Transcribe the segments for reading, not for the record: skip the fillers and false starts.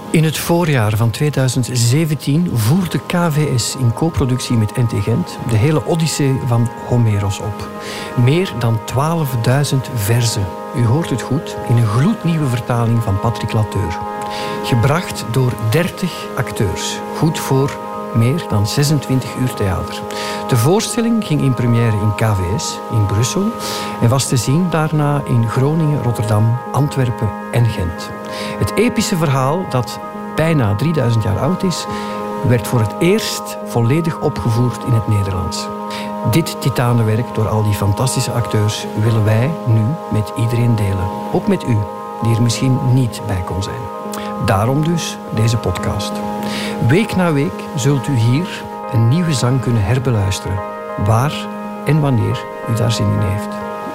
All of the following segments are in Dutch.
In het voorjaar van 2017 voerde KVS in co-productie met NT Gent de hele Odyssee van Homeros op. Meer dan 12.000 verzen. U hoort het goed, in een gloednieuwe vertaling van Patrick Lateur. Gebracht door 30 acteurs. Goed voor meer dan 26 uur theater. De voorstelling ging in première in KVS, in Brussel, en was te zien daarna in Groningen, Rotterdam, Antwerpen en Gent. Het epische verhaal, dat bijna 3000 jaar oud is, werd voor het eerst volledig opgevoerd in het Nederlands. Dit titanenwerk door al die fantastische acteurs willen wij nu met iedereen delen. Ook met u, die er misschien niet bij kon zijn. Daarom dus deze podcast. Week na week zult u hier een nieuwe zang kunnen herbeluisteren. Waar en wanneer u daar zin in heeft.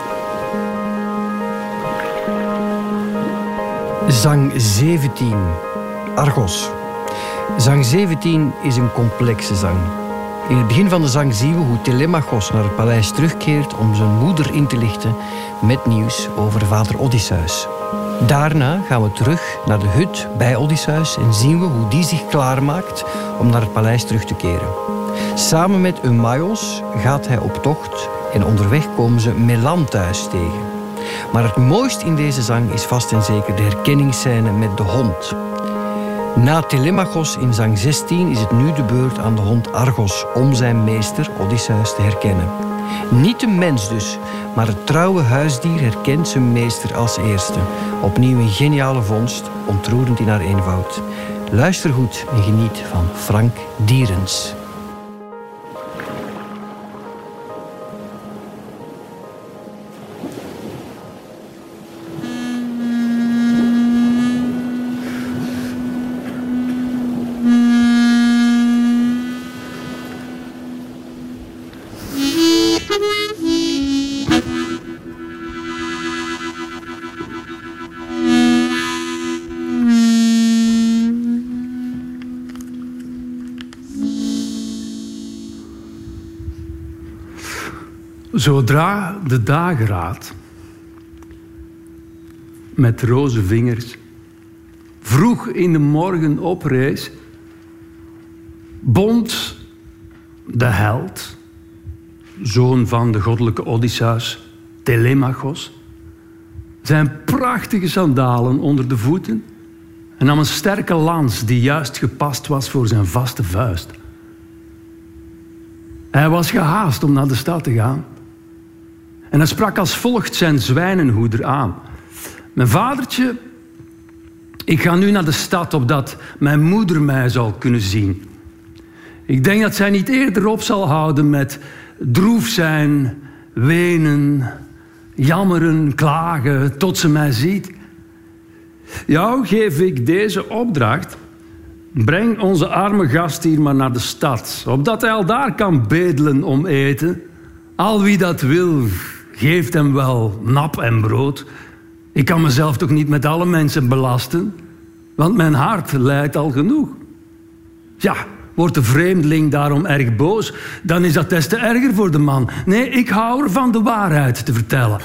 Zang 17. Argos. Zang 17 is een complexe zang. In het begin van de zang zien we hoe Telemachos naar het paleis terugkeert om zijn moeder in te lichten met nieuws over vader Odysseus. Daarna gaan we terug naar de hut bij Odysseus en zien we hoe die zich klaarmaakt om naar het paleis terug te keren. Samen met Eumaios gaat hij op tocht en onderweg komen ze Melanthus tegen. Maar het mooist in deze zang is vast en zeker de herkenningsscène met de hond. Na Telemachos in zang 16 is het nu de beurt aan de hond Argos om zijn meester Odysseus te herkennen. Niet de mens dus, maar het trouwe huisdier herkent zijn meester als eerste. Opnieuw een geniale vondst, ontroerend in haar eenvoud. Luister goed en geniet van Frank Dierens. Zodra de dageraad met roze vingers vroeg in de morgen oprees, bond de held, zoon van de goddelijke Odysseus, Telemachos, zijn prachtige sandalen onder de voeten en nam een sterke lans die juist gepast was voor zijn vaste vuist. Hij was gehaast om naar de stad te gaan. En hij sprak als volgt zijn zwijnenhoeder aan. Mijn vadertje, ik ga nu naar de stad, opdat mijn moeder mij zal kunnen zien. Ik denk dat zij niet eerder op zal houden met droef zijn, wenen, jammeren, klagen, tot ze mij ziet. Jou geef ik deze opdracht. Breng onze arme gast hier maar naar de stad, opdat hij al daar kan bedelen om eten. Al wie dat wil, geeft hem wel nap en brood. Ik kan mezelf toch niet met alle mensen belasten, want mijn hart lijdt al genoeg. Ja, wordt de vreemdeling daarom erg boos, dan is dat des te erger voor de man. Nee, ik hou ervan de waarheid te vertellen.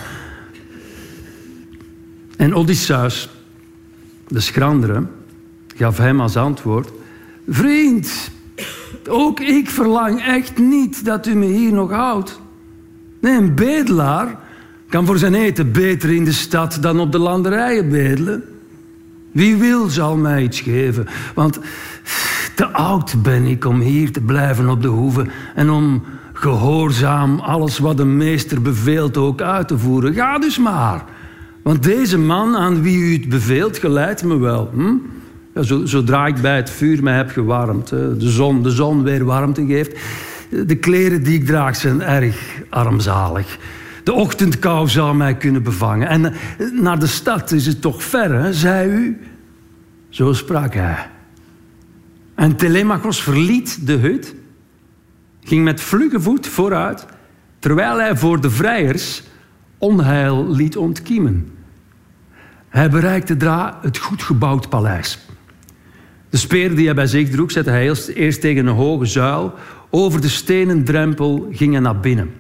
En Odysseus, de schrandere, gaf hem als antwoord: vriend, ook ik verlang echt niet dat u me hier nog houdt. Nee, een bedelaar kan voor zijn eten beter in de stad dan op de landerijen bedelen. Wie wil zal mij iets geven, want te oud ben ik om hier te blijven op de hoeve en om gehoorzaam alles wat de meester beveelt ook uit te voeren. Ga dus maar, want deze man aan wie u het beveelt geleidt me wel. Ja, zodra ik bij het vuur mij heb gewarmd, de zon weer warmte geeft. De kleren die ik draag zijn erg armzalig. De ochtendkou zou mij kunnen bevangen. En naar de stad is het toch ver, hè, zei u? Zo sprak hij. En Telemachos verliet de hut, ging met vlugge voet vooruit, terwijl hij voor de vrijers onheil liet ontkiemen. Hij bereikte het goed gebouwd paleis. De speer die hij bij zich droeg, zette hij eerst tegen een hoge zuil. Over de stenen drempel ging hij naar binnen.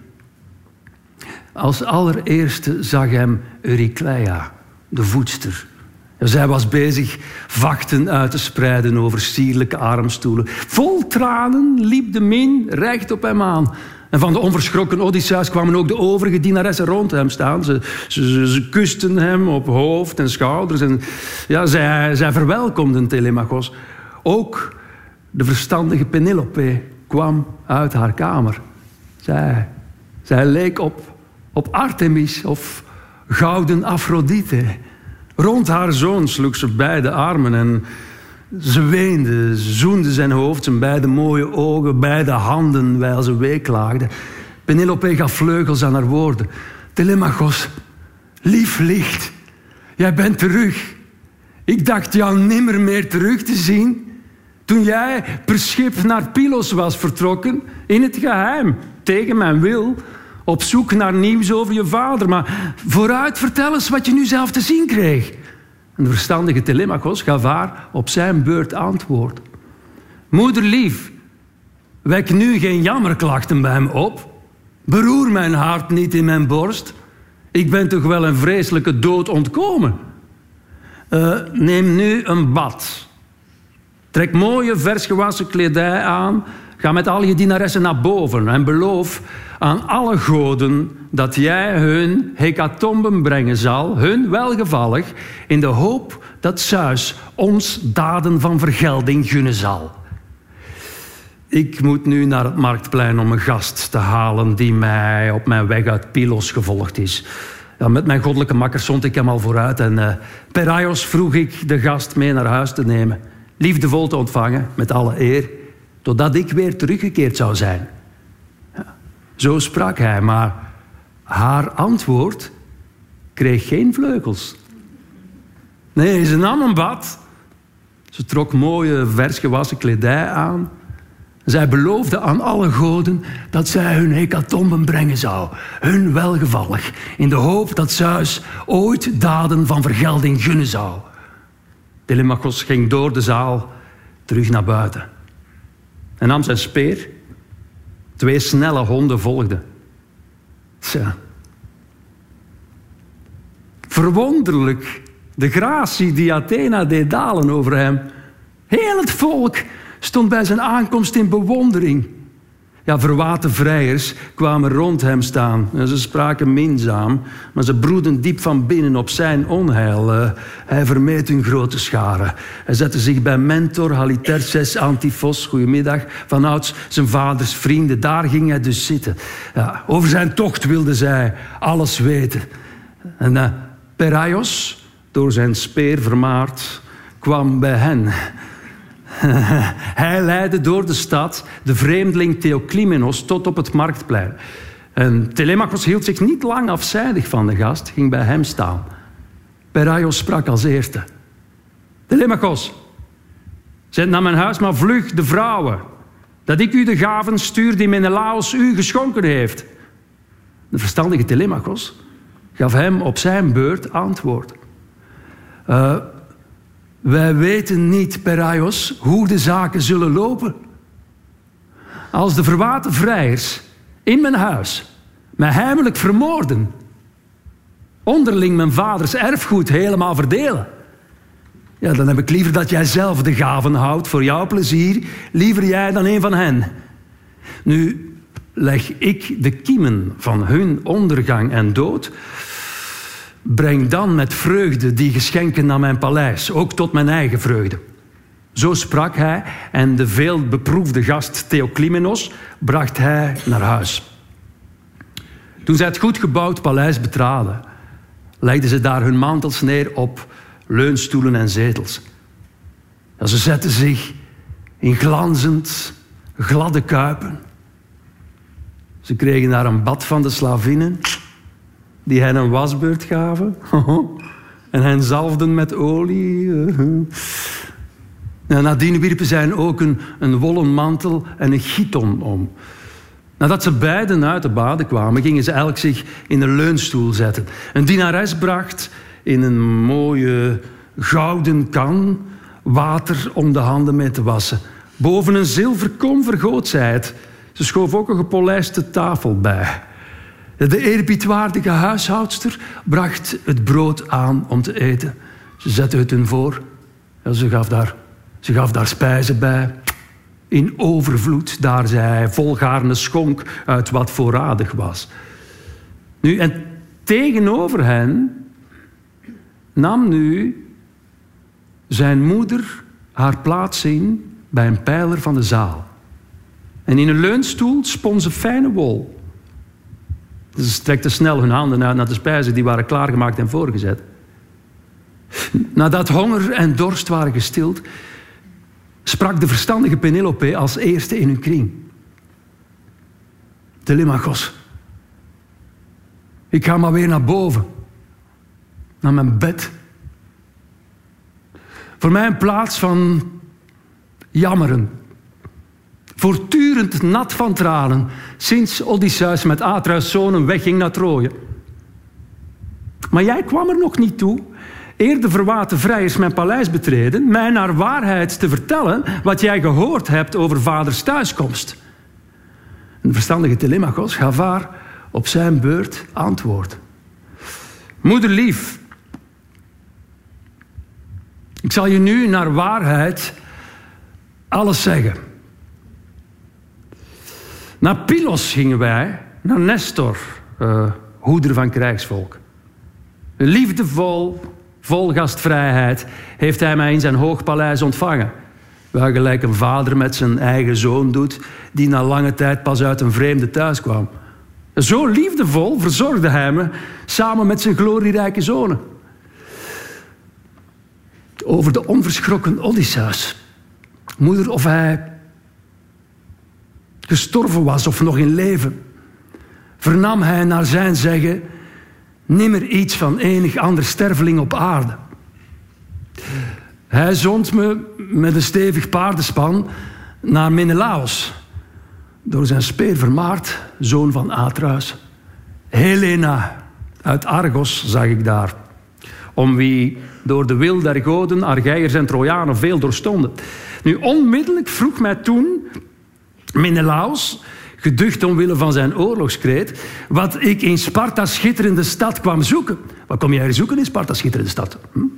Als allereerste zag hem Eurycleia, de voedster, Zij was bezig vachten uit te spreiden over sierlijke armstoelen. Vol tranen liep de min recht op hem aan. En van de onverschrokken Odysseus kwamen ook de overige dienaressen rond hem staan. Ze kusten hem op hoofd en schouders. En ja, zij verwelkomden Telemachos. Ook de verstandige Penelope kwam uit haar kamer. Zij leek op Artemis of gouden Afrodite. Rond haar zoon sloeg ze beide armen en ze weende, zoende zijn hoofd, zijn beide mooie ogen, beide handen, wijl ze weeklaagde. Penelope gaf vleugels aan haar woorden. Telemachos, lief licht, jij bent terug. Ik dacht jou nimmer meer terug te zien. Toen jij per schip naar Pylos was vertrokken, in het geheim, tegen mijn wil, op zoek naar nieuws over je vader. Maar vooruit, vertel eens wat je nu zelf te zien kreeg. En de verstandige Telemachos gaf haar op zijn beurt antwoord. Moederlief, wek nu geen jammerklachten bij hem op. Beroer mijn hart niet in mijn borst. Ik ben toch wel een vreselijke dood ontkomen. Neem nu een bad. Trek mooie versgewassen kledij aan. Ga met al je dienaressen naar boven en beloof aan alle goden dat jij hun hekatomben brengen zal, hun welgevallig, in de hoop dat Zeus ons daden van vergelding gunnen zal. Ik moet nu naar het marktplein om een gast te halen die mij op mijn weg uit Pylos gevolgd is. Ja, met mijn goddelijke makkers zond ik hem al vooruit en Peraios vroeg ik de gast mee naar huis te nemen, liefdevol te ontvangen, met alle eer, totdat ik weer teruggekeerd zou zijn. Ja, zo sprak hij, maar haar antwoord kreeg geen vleugels. Nee, ze nam een bad. Ze trok mooie, vers gewassen kledij aan. Zij beloofde aan alle goden dat zij hun hekatomben brengen zou. Hun welgevallig. In de hoop dat Zeus ooit daden van vergelding gunnen zou. Telemachos ging door de zaal terug naar buiten. En nam zijn speer. 2 snelle honden volgden. Tja. Verwonderlijk de gratie die Athena deed dalen over hem. Heel het volk stond bij zijn aankomst in bewondering. Ja, verwaten vrijers kwamen rond hem staan. En ze spraken minzaam, maar ze broedden diep van binnen op zijn onheil. Hij vermeed hun grote scharen. Hij zette zich bij mentor Halitherses Antifos, goedemiddag, vanouds zijn vaders vrienden. Daar ging hij dus zitten. Ja, over zijn tocht wilde zij alles weten. En Peraios, door zijn speer vermaard, kwam bij hen. Hij leidde door de stad de vreemdeling Theoclymenos tot op het marktplein. En Telemachos hield zich niet lang afzijdig van de gast, ging bij hem staan. Peraios sprak als eerste. Telemachos, zend naar mijn huis maar vlug de vrouwen, dat ik u de gaven stuur die Menelaos u geschonken heeft. De verstandige Telemachos gaf hem op zijn beurt antwoord. Wij weten niet, Peraios, hoe de zaken zullen lopen. Als de verwaten vrijers in mijn huis mij heimelijk vermoorden, onderling mijn vaders erfgoed helemaal verdelen, ja, dan heb ik liever dat jij zelf de gaven houdt voor jouw plezier, liever jij dan een van hen. Nu leg ik de kiemen van hun ondergang en dood. Breng dan met vreugde die geschenken naar mijn paleis, ook tot mijn eigen vreugde. Zo sprak hij en de veel beproefde gast Theoclymenos bracht hij naar huis. Toen zij het goed gebouwd paleis betraden, legden ze daar hun mantels neer op leunstoelen en zetels. Ja, ze zetten zich in glanzend, gladde kuipen. Ze kregen daar een bad van de slavinnen, die hen een wasbeurt gaven en hen zalfden met olie. Nadien wierpen zij hen ook een wollen mantel en een chiton om. Nadat ze beiden uit de baden kwamen, gingen ze elk zich in een leunstoel zetten. Een dienares bracht in een mooie gouden kan water om de handen mee te wassen. Boven een zilverkom vergoot zij het. Ze schoof ook een gepolijste tafel bij. De eerbiedwaardige huishoudster bracht het brood aan om te eten. Ze zette het hun voor. Ja, ze gaf daar spijzen bij. In overvloed, daar zij volgaarne schonk uit wat voorradig was. Nu, en tegenover hen nam nu zijn moeder haar plaats in bij een pijler van de zaal. En in een leunstoel spon ze fijne wol. Ze strekte snel hun handen uit naar de spijzen die waren klaargemaakt en voorgezet. Nadat honger en dorst waren gestild, sprak de verstandige Penelope als eerste in hun kring. Telemachos, ik ga maar weer naar boven, naar mijn bed. Voor mij een plaats van jammeren. Voortdurend nat van tranen, sinds Odysseus met Atreus' zonen wegging naar Troje. Maar jij kwam er nog niet toe, eer de verwaten vrijers mijn paleis betreden, mij naar waarheid te vertellen wat jij gehoord hebt over vaders thuiskomst. Een verstandige Telemachos gaf haar op zijn beurt antwoord. Moederlief, ik zal je nu naar waarheid alles zeggen. Naar Pylos gingen wij, naar Nestor, hoeder van krijgsvolk. Liefdevol, vol gastvrijheid, heeft hij mij in zijn hoog paleis ontvangen. Waar gelijk een vader met zijn eigen zoon doet, die na lange tijd pas uit een vreemde thuis kwam. Zo liefdevol verzorgde hij me, samen met zijn glorierijke zonen. Over de onverschrokken Odysseus. Moeder, of hij gestorven was of nog in leven, vernam hij naar zijn zeggen nimmer iets van enig ander sterveling op aarde. Hij zond me met een stevig paardenspan naar Menelaos, door zijn speer vermaard, zoon van Atreus. Helena uit Argos zag ik daar, om wie door de wil der goden Argeiërs en Trojanen veel doorstonden. Nu, onmiddellijk vroeg mij toen Menelaos, geducht omwille van zijn oorlogskreet, wat ik in Sparta's schitterende stad kwam zoeken. Wat kom jij zoeken in Sparta's schitterende stad?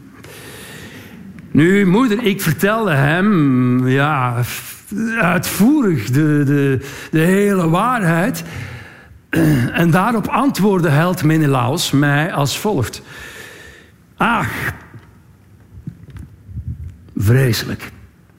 Nu, moeder, ik vertelde hem uitvoerig de hele waarheid. En daarop antwoordde held Menelaos mij als volgt. Ach, vreselijk.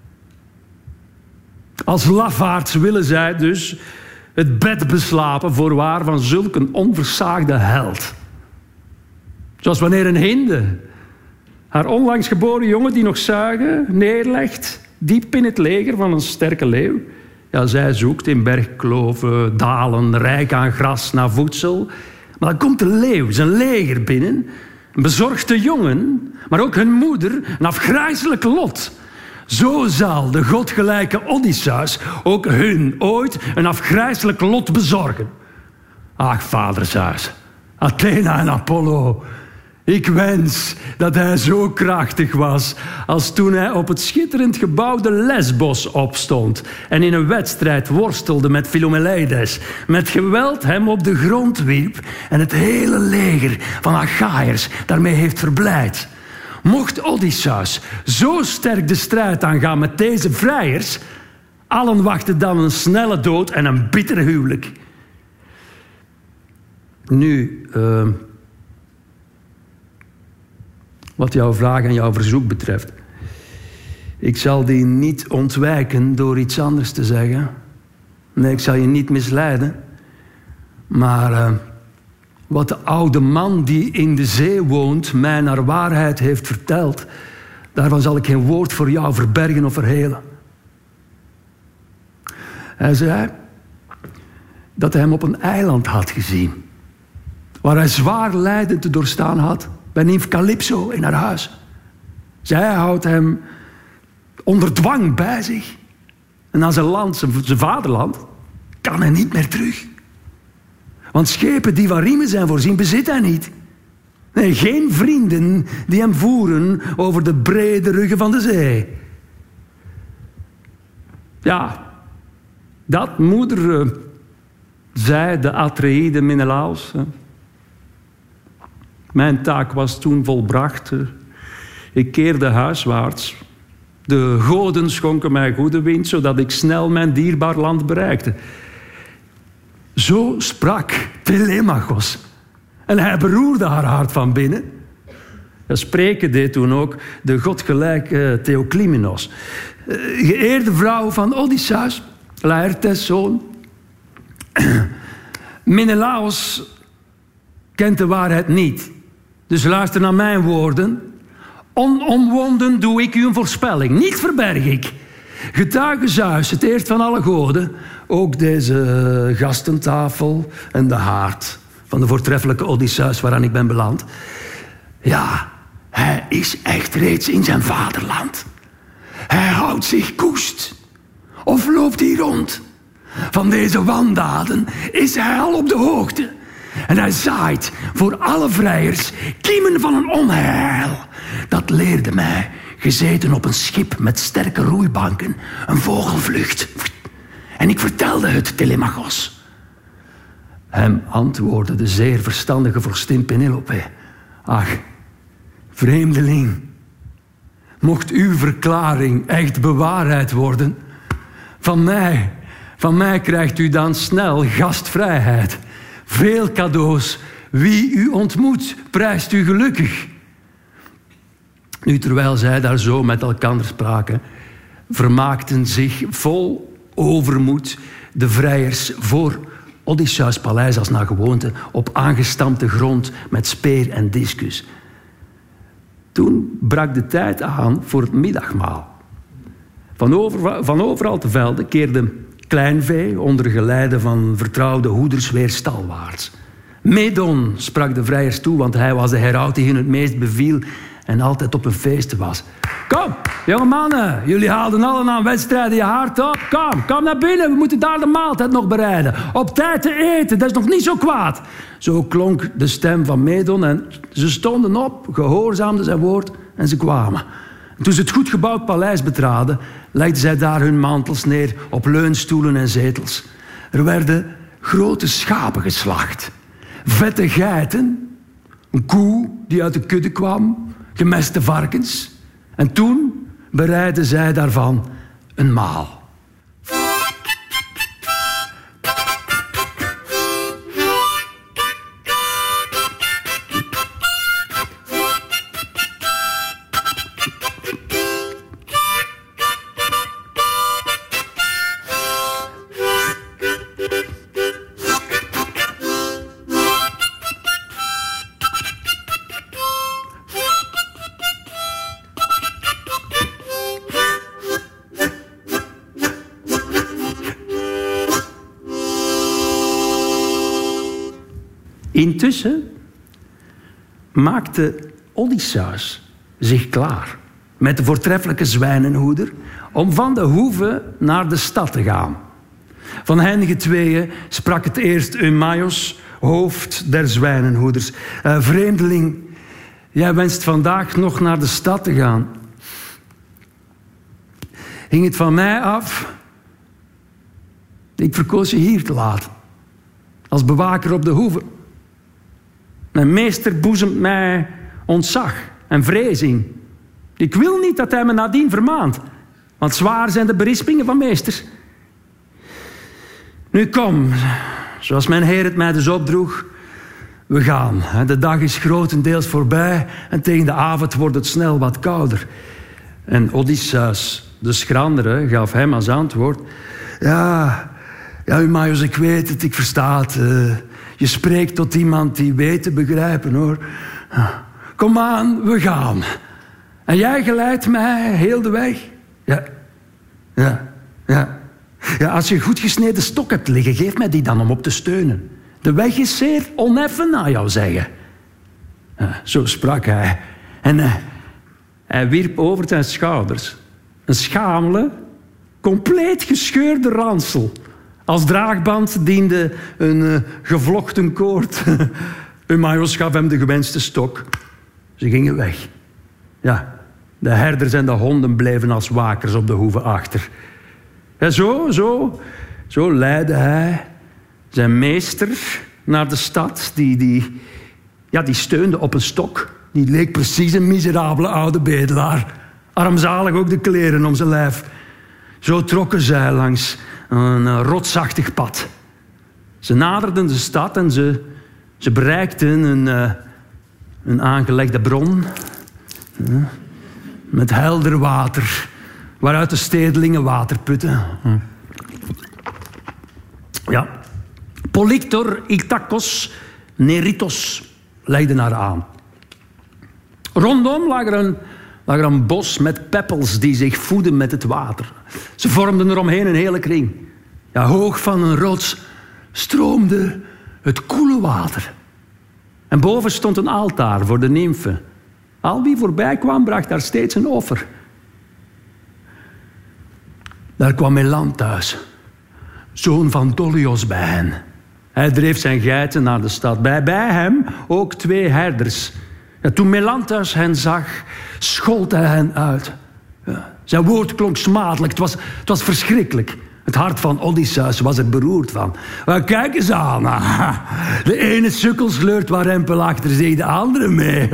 Als lafaards willen zij dus het bed beslapen voorwaar van zulk een onversaagde held. Zoals wanneer een hinde haar onlangs geboren jongen die nog zuigen neerlegt diep in het leger van een sterke leeuw. Ja, zij zoekt in bergkloven, dalen, rijk aan gras naar voedsel. Maar dan komt de leeuw, zijn leger binnen, een bezorgde jongen, maar ook hun moeder, een afgrijselijk lot. Zo zal de godgelijke Odysseus ook hun ooit een afgrijselijk lot bezorgen. Ach, vader Zeus, Athena en Apollo, ik wens dat hij zo krachtig was als toen hij op het schitterend gebouwde Lesbos opstond en in een wedstrijd worstelde met Philomeleides, met geweld hem op de grond wierp en het hele leger van Achaïërs daarmee heeft verblijd. Mocht Odysseus zo sterk de strijd aangaan met deze vrijers, allen wachten dan een snelle dood en een bitter huwelijk. Nu, wat jouw vraag en jouw verzoek betreft, ik zal die niet ontwijken door iets anders te zeggen. Nee, ik zal je niet misleiden. Maar wat de oude man die in de zee woont mij naar waarheid heeft verteld, daarvan zal ik geen woord voor jou verbergen of verhelen. Hij zei dat hij hem op een eiland had gezien, waar hij zwaar lijden te doorstaan had, bij nimf Calypso in haar huis. Zij houdt hem onder dwang bij zich. En naar zijn land, zijn vaderland, kan hij niet meer terug. Want schepen die van riemen zijn voorzien, bezit hij niet. Nee, geen vrienden die hem voeren over de brede ruggen van de zee. Ja, dat moeder, zei de Atreïde Menelaos. Mijn taak was toen volbracht. Ik keerde huiswaarts. De goden schonken mij goede wind, zodat ik snel mijn dierbaar land bereikte. Zo sprak Telemachos. En hij beroerde haar hart van binnen. Dat spreken deed toen ook de godgelijke Theoklymenos. Geëerde vrouw van Odysseus, Laertes' zoon. Menelaos kent de waarheid niet. Dus luister naar mijn woorden. Onomwonden doe ik u een voorspelling. Niet verberg ik. Getuige Zeus, het eerst van alle goden. Ook deze gastentafel en de haard van de voortreffelijke Odysseus waaraan ik ben beland. Ja, hij is echt reeds in zijn vaderland. Hij houdt zich koest. Of loopt hij rond. Van deze wandaden is hij al op de hoogte. En hij zaait voor alle vrijers kiemen van een onheil. Dat leerde mij, gezeten op een schip met sterke roeibanken, een vogelvlucht. En ik vertelde het Telemachos. Hem antwoordde de zeer verstandige vorstin Penelope. Ach, vreemdeling, mocht uw verklaring echt bewaarheid worden, van mij krijgt u dan snel gastvrijheid. Veel cadeaus. Wie u ontmoet, prijst u gelukkig. Nu, terwijl zij daar zo met elkaar spraken, vermaakten zich vol overmoed de vrijers voor Odysseus' paleis als naar gewoonte op aangestampte grond met speer en discus. Toen brak de tijd aan voor het middagmaal. Van overal te velden keerde kleinvee onder geleide van vertrouwde hoeders weer stalwaarts. Medon sprak de vrijers toe, want hij was de heraut die hun het meest beviel en altijd op een feest was. Kom, jonge mannen, jullie haalden allen aan wedstrijden je hart op. Kom naar binnen, we moeten daar de maaltijd nog bereiden. Op tijd te eten, dat is nog niet zo kwaad. Zo klonk de stem van Medon en ze stonden op, gehoorzaamden zijn woord en ze kwamen. En toen ze het goed gebouwd paleis betraden, legden zij daar hun mantels neer op leunstoelen en zetels. Er werden grote schapen geslacht, vette geiten, een koe die uit de kudde kwam, gemeste varkens. En toen bereidden zij daarvan een maal. Intussen maakte Odysseus zich klaar met de voortreffelijke zwijnenhoeder om van de hoeve naar de stad te gaan. Van hen tweeën sprak het eerst Eumaios, hoofd der zwijnenhoeders. Vreemdeling, jij wenst vandaag nog naar de stad te gaan. Hing het van mij af? Ik verkoos je hier te laten, als bewaker op de hoeve. Mijn meester boezemt mij ontzag en vrees in. Ik wil niet dat hij me nadien vermaant, want zwaar zijn de berispingen van meesters. Nu kom, zoals mijn Heer het mij dus opdroeg, we gaan. De dag is grotendeels voorbij en tegen de avond wordt het snel wat kouder. En Odysseus, de schrandere, gaf hem als antwoord: Ja, Eumaios, ik weet het, ik versta het. Je spreekt tot iemand die weet te begrijpen, hoor. Kom aan, we gaan. En jij geleidt mij heel de weg. Ja, als je een goed gesneden stok hebt liggen, geef mij die dan om op te steunen. De weg is zeer oneffen, naar jou zeggen. Zo sprak hij. En hij wierp over zijn schouders een schamele, compleet gescheurde ransel. Als draagband diende een gevlochten koord. Eumaios gaf hem de gewenste stok. Ze gingen weg. Ja, de herders en de honden bleven als wakers op de hoeve achter. En zo leidde hij zijn meester naar de stad. Die steunde op een stok Die leek precies een miserabele oude bedelaar. Armzalig ook de kleren om zijn lijf. Zo trokken zij langs een rotsachtig pad. Ze naderden de stad en ze bereikten een aangelegde bron. Met helder water, waaruit de stedelingen water putten. Ja. Polyctor Ithacos Neritos legde haar aan. Rondom lag er een bos met peppels die zich voeden met het water. Ze vormden eromheen een hele kring. Ja, hoog van een rots stroomde het koele water. En boven stond een altaar voor de nymfen. Al wie voorbij kwam, bracht daar steeds een offer. Daar kwam Melanthus, zoon van Dolios, bij hen. Hij dreef zijn geiten naar de stad. Bij hem ook 2 herders. Ja, toen Melanthus hen zag, schold hij hen uit. Ja, zijn woord klonk smadelijk. Het was verschrikkelijk. Het hart van Odysseus was er beroerd van. Maar kijk eens aan. De ene sukkel sleurt waar rempel achter zich de andere mee.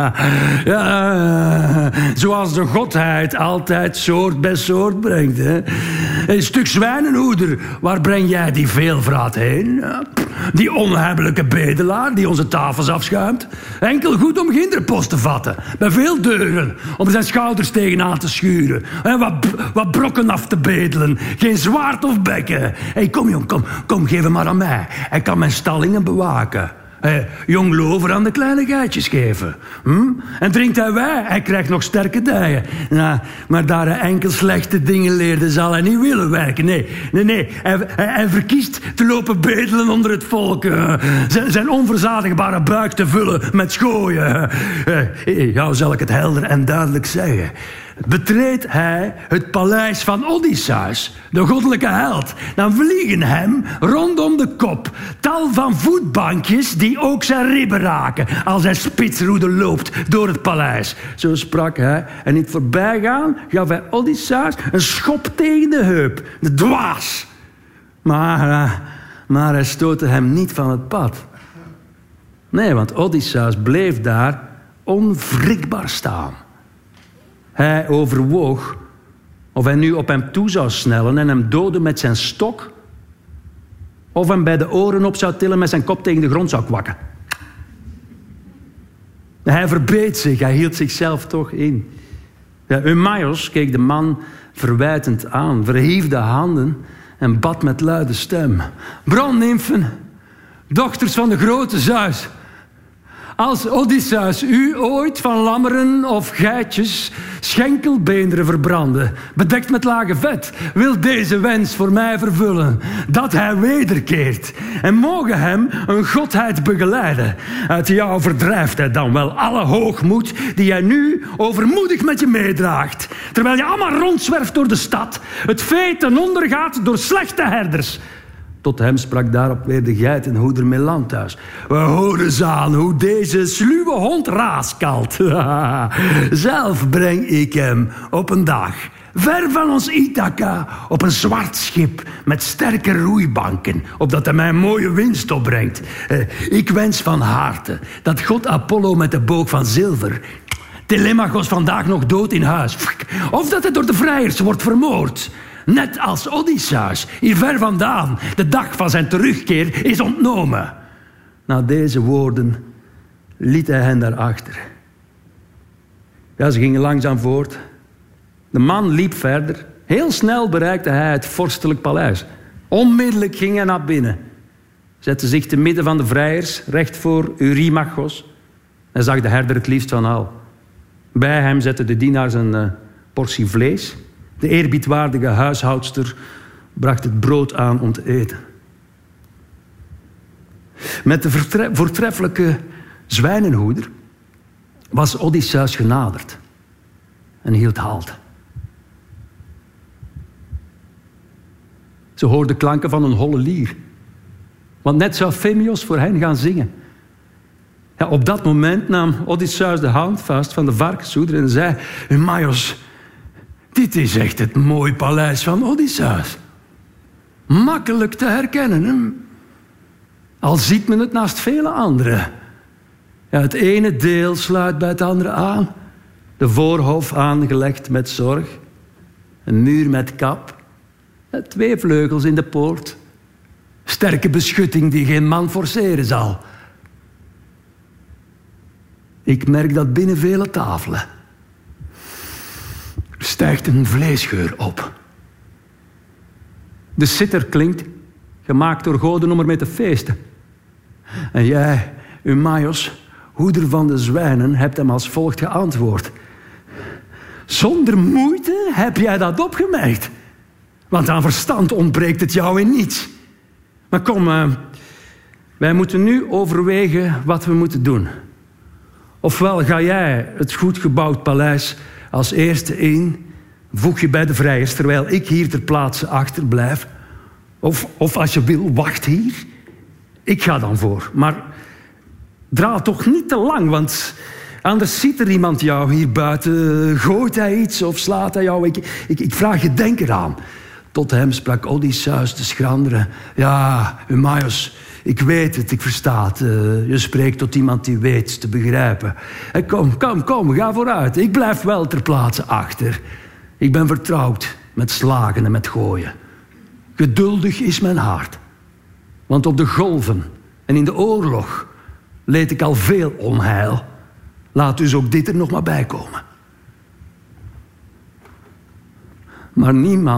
Ja, zoals de godheid altijd soort bij soort brengt. Hè. Een stuk zwijnenhoeder, waar breng jij die veelvraat heen? Die onhebbelijke bedelaar die onze tafels afschuimt. Enkel goed om ginderpost te vatten. Bij veel deuren, om zijn schouders tegenaan te schuren. En wat brokken af te bedelen. Geen zwaard of bekken. Hey, kom jong, kom, geef hem maar aan mij. Hij kan mijn stallingen bewaken. Jong lover aan de kleine geitjes geven. En drinkt hij wijn, hij krijgt nog sterke dijen. Nou, maar daar hij enkel slechte dingen leerde, zal hij niet willen werken. Nee. Hij verkiest te lopen bedelen onder het volk. Zijn onverzadigbare buik te vullen met schooien. Jou zal ik het helder en duidelijk zeggen. Betreedt hij het paleis van Odysseus, de goddelijke held, dan vliegen hem rondom de kop tal van voetbankjes die ook zijn ribben raken als hij spitsroede loopt door het paleis. Zo sprak hij en in het voorbijgaan gaf hij Odysseus een schop tegen de heup, de dwaas. Maar hij stootte hem niet van het pad. Nee, want Odysseus bleef daar onwrikbaar staan. Hij overwoog of hij nu op hem toe zou snellen en hem doden met zijn stok, of hem bij de oren op zou tillen met zijn kop tegen de grond zou kwakken. Hij verbeet zich, hij hield zichzelf toch in. Ja, Eumaios keek de man verwijtend aan, verhief de handen en bad met luide stem. Bronnymfen, dochters van de grote Zeus. Als Odysseus u ooit van lammeren of geitjes schenkelbeenderen verbrandde, bedekt met lage vet, wil deze wens voor mij vervullen, dat hij wederkeert. En mogen hem een godheid begeleiden. Uit jou verdrijft hij dan wel alle hoogmoed die hij nu overmoedig met je meedraagt. Terwijl je allemaal rondzwerft door de stad, het vee ten onder gaat door slechte herders. Tot hem sprak daarop weer de geitenhoeder Melanthus. We horen ze aan hoe deze sluwe hond raaskalt. Zelf breng ik hem op een dag, ver van ons Ithaca, op een zwart schip met sterke roeibanken, opdat hij mij een mooie winst opbrengt. Ik wens van harte dat god Apollo met de boog van zilver Telemachos vandaag nog dood in huis, of dat hij door de vrijers wordt vermoord. Net als Odysseus, hier ver vandaan, de dag van zijn terugkeer is ontnomen. Na deze woorden liet hij hen daarachter. Ja, ze gingen langzaam voort. De man liep verder. Heel snel bereikte hij het vorstelijk paleis. Onmiddellijk ging hij naar binnen. Zette zich te midden van de vrijers, recht voor Eurymachos. Hij zag de herder het liefst van al. Bij hem zette de dienaars een portie vlees. De eerbiedwaardige huishoudster bracht het brood aan om te eten. Met de voortreffelijke zwijnenhoeder was Odysseus genaderd en hield halt. Ze hoorden klanken van een holle lier, want net zou Phemios voor hen gaan zingen. Ja, op dat moment nam Odysseus de hand vast van de varkenshoeder en zei: Eumaios, dit is echt het mooie paleis van Odysseus. Makkelijk te herkennen. Al ziet men het naast vele anderen. Ja, het ene deel sluit bij het andere aan. De voorhof aangelegd met zorg. Een muur met kap. 2 vleugels in de poort. Sterke beschutting die geen man forceren zal. Ik merk dat binnen vele tafelen. Er stijgt een vleesgeur op. De sitter klinkt, gemaakt door goden om ermee te feesten. En jij, Eumaeus, hoeder van de zwijnen, hebt hem als volgt geantwoord. Zonder moeite heb jij dat opgemerkt. Want aan verstand ontbreekt het jou in niets. Maar kom, wij moeten nu overwegen wat we moeten doen. Ofwel ga jij het goed gebouwd paleis als eerste in, voeg je bij de vrijers, terwijl ik hier ter plaatse achterblijf. Of als je wil, wacht hier. Ik ga dan voor. Maar draal toch niet te lang, want anders ziet er iemand jou hier buiten. Gooit hij iets of slaat hij jou? Ik vraag je denker aan. Tot hem sprak Odysseus de schrandere. Ja, Eumaeus, ik weet het, ik versta het. Je spreekt tot iemand die weet te begrijpen. Kom, ga vooruit. Ik blijf wel ter plaatse achter. Ik ben vertrouwd met slagen en met gooien. Geduldig is mijn hart. Want op de golven en in de oorlog leed ik al veel onheil. Laat dus ook dit er nog maar bij komen. Maar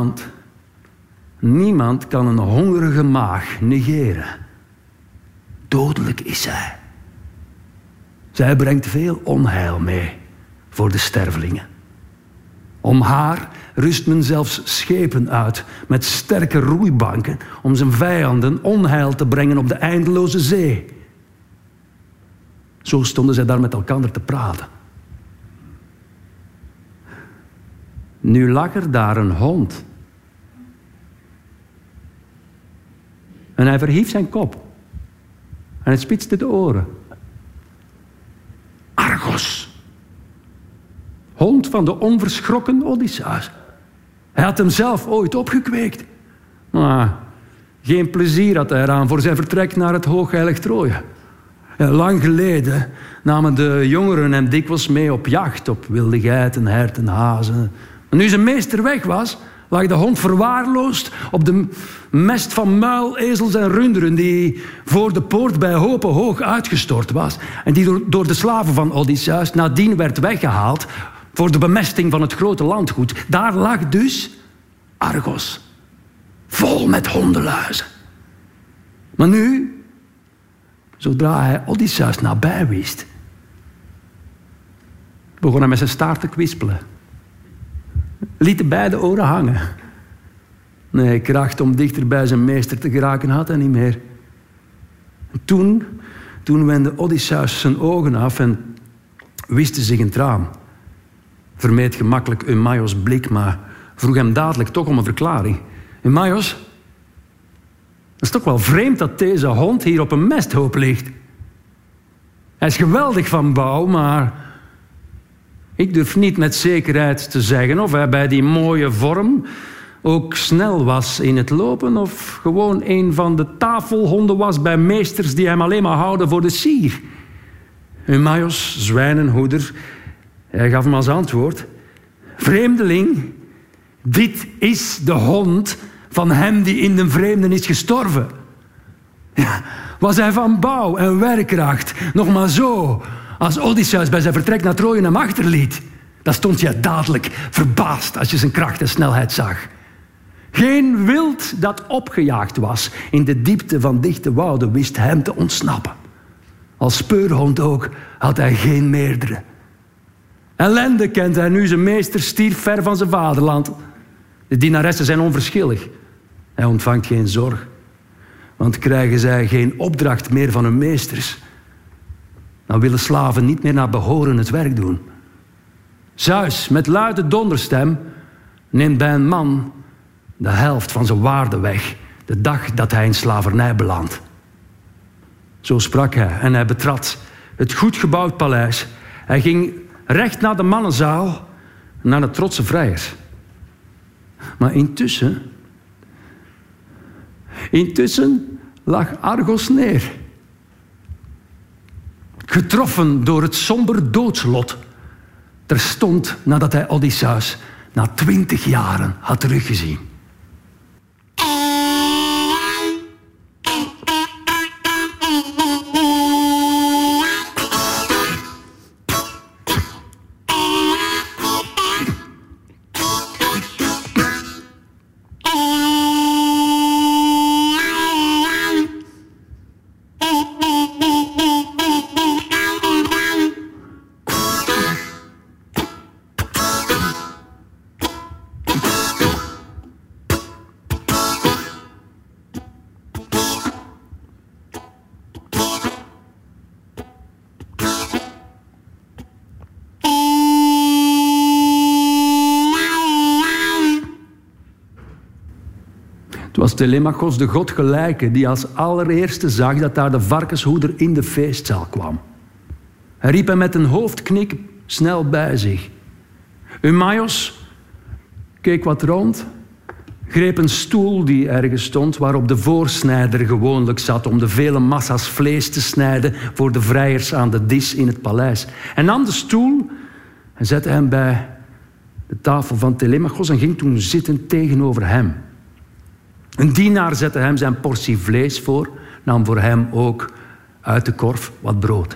niemand kan een hongerige maag negeren. Dodelijk is zij. Zij brengt veel onheil mee voor de stervelingen. Om haar rust men zelfs schepen uit met sterke roeibanken om zijn vijanden onheil te brengen op de eindeloze zee. Zo stonden zij daar met elkaar te praten. Nu lag er daar een hond. En hij verhief zijn kop. En hij spitste de oren. Argos. Hond van de onverschrokken Odysseus. Hij had hem zelf ooit opgekweekt. Maar geen plezier had hij eraan voor zijn vertrek naar het hoogheilig Troje. Lang geleden namen de jongeren hem dikwijls mee op jacht, op wilde geiten, herten, hazen. En nu zijn meester weg was, lag de hond verwaarloosd op de mest van muilezels en runderen die voor de poort bij hopen hoog uitgestort was en die door de slaven van Odysseus nadien werd weggehaald voor de bemesting van het grote landgoed. Daar lag dus Argos, vol met hondenluizen. Maar nu, zodra hij Odysseus nabij wist, begon hij met zijn staart te kwispelen. Liet de beide oren hangen. Nee, kracht om dichter bij zijn meester te geraken had hij niet meer. Toen wendde Odysseus zijn ogen af en wischte zich een traan. Vermeed gemakkelijk Eumaeus' blik, maar vroeg hem dadelijk toch om een verklaring. Eumaeus, het is toch wel vreemd dat deze hond hier op een mesthoop ligt. Hij is geweldig van bouw, maar ik durf niet met zekerheid te zeggen of hij bij die mooie vorm ook snel was in het lopen of gewoon een van de tafelhonden was bij meesters die hem alleen maar houden voor de sier. Eumaeus, zwijnenhoeder, hij gaf hem als antwoord: vreemdeling, dit is de hond van hem die in de vreemden is gestorven. Ja, was hij van bouw en werkkracht nog maar zo als Odysseus bij zijn vertrek naar Troje hem achterliet, dan stond je dadelijk verbaasd als je zijn kracht en snelheid zag. Geen wild dat opgejaagd was in de diepte van dichte wouden wist hem te ontsnappen. Als speurhond ook had hij geen meerdere. Ellende kent hij nu, zijn meester stierf ver van zijn vaderland. De dienaressen zijn onverschillig. Hij ontvangt geen zorg. Want krijgen zij geen opdracht meer van hun meesters, dan willen slaven niet meer naar behoren het werk doen. Zeus, met luide donderstem, neemt bij een man de helft van zijn waarde weg, de dag dat hij in slavernij belandt. Zo sprak hij en hij betrad het goed gebouwd paleis. Hij ging recht naar de mannenzaal, naar de trotse vrijers. Maar intussen lag Argos neer. getroffen door het somber doodslot, terstond nadat hij Odysseus na 20 jaren had teruggezien. Het was Telemachos, de godgelijke, die als allereerste zag dat daar de varkenshoeder in de feestzaal kwam. Hij riep hem met een hoofdknik snel bij zich. Eumaeus keek wat rond, greep een stoel die ergens stond, waarop de voorsnijder gewoonlijk zat om de vele massa's vlees te snijden voor de vrijers aan de dis in het paleis. Hij nam de stoel en zette hem bij de tafel van Telemachos en ging toen zitten tegenover hem. Een dienaar zette hem zijn portie vlees voor, nam voor hem ook uit de korf wat brood.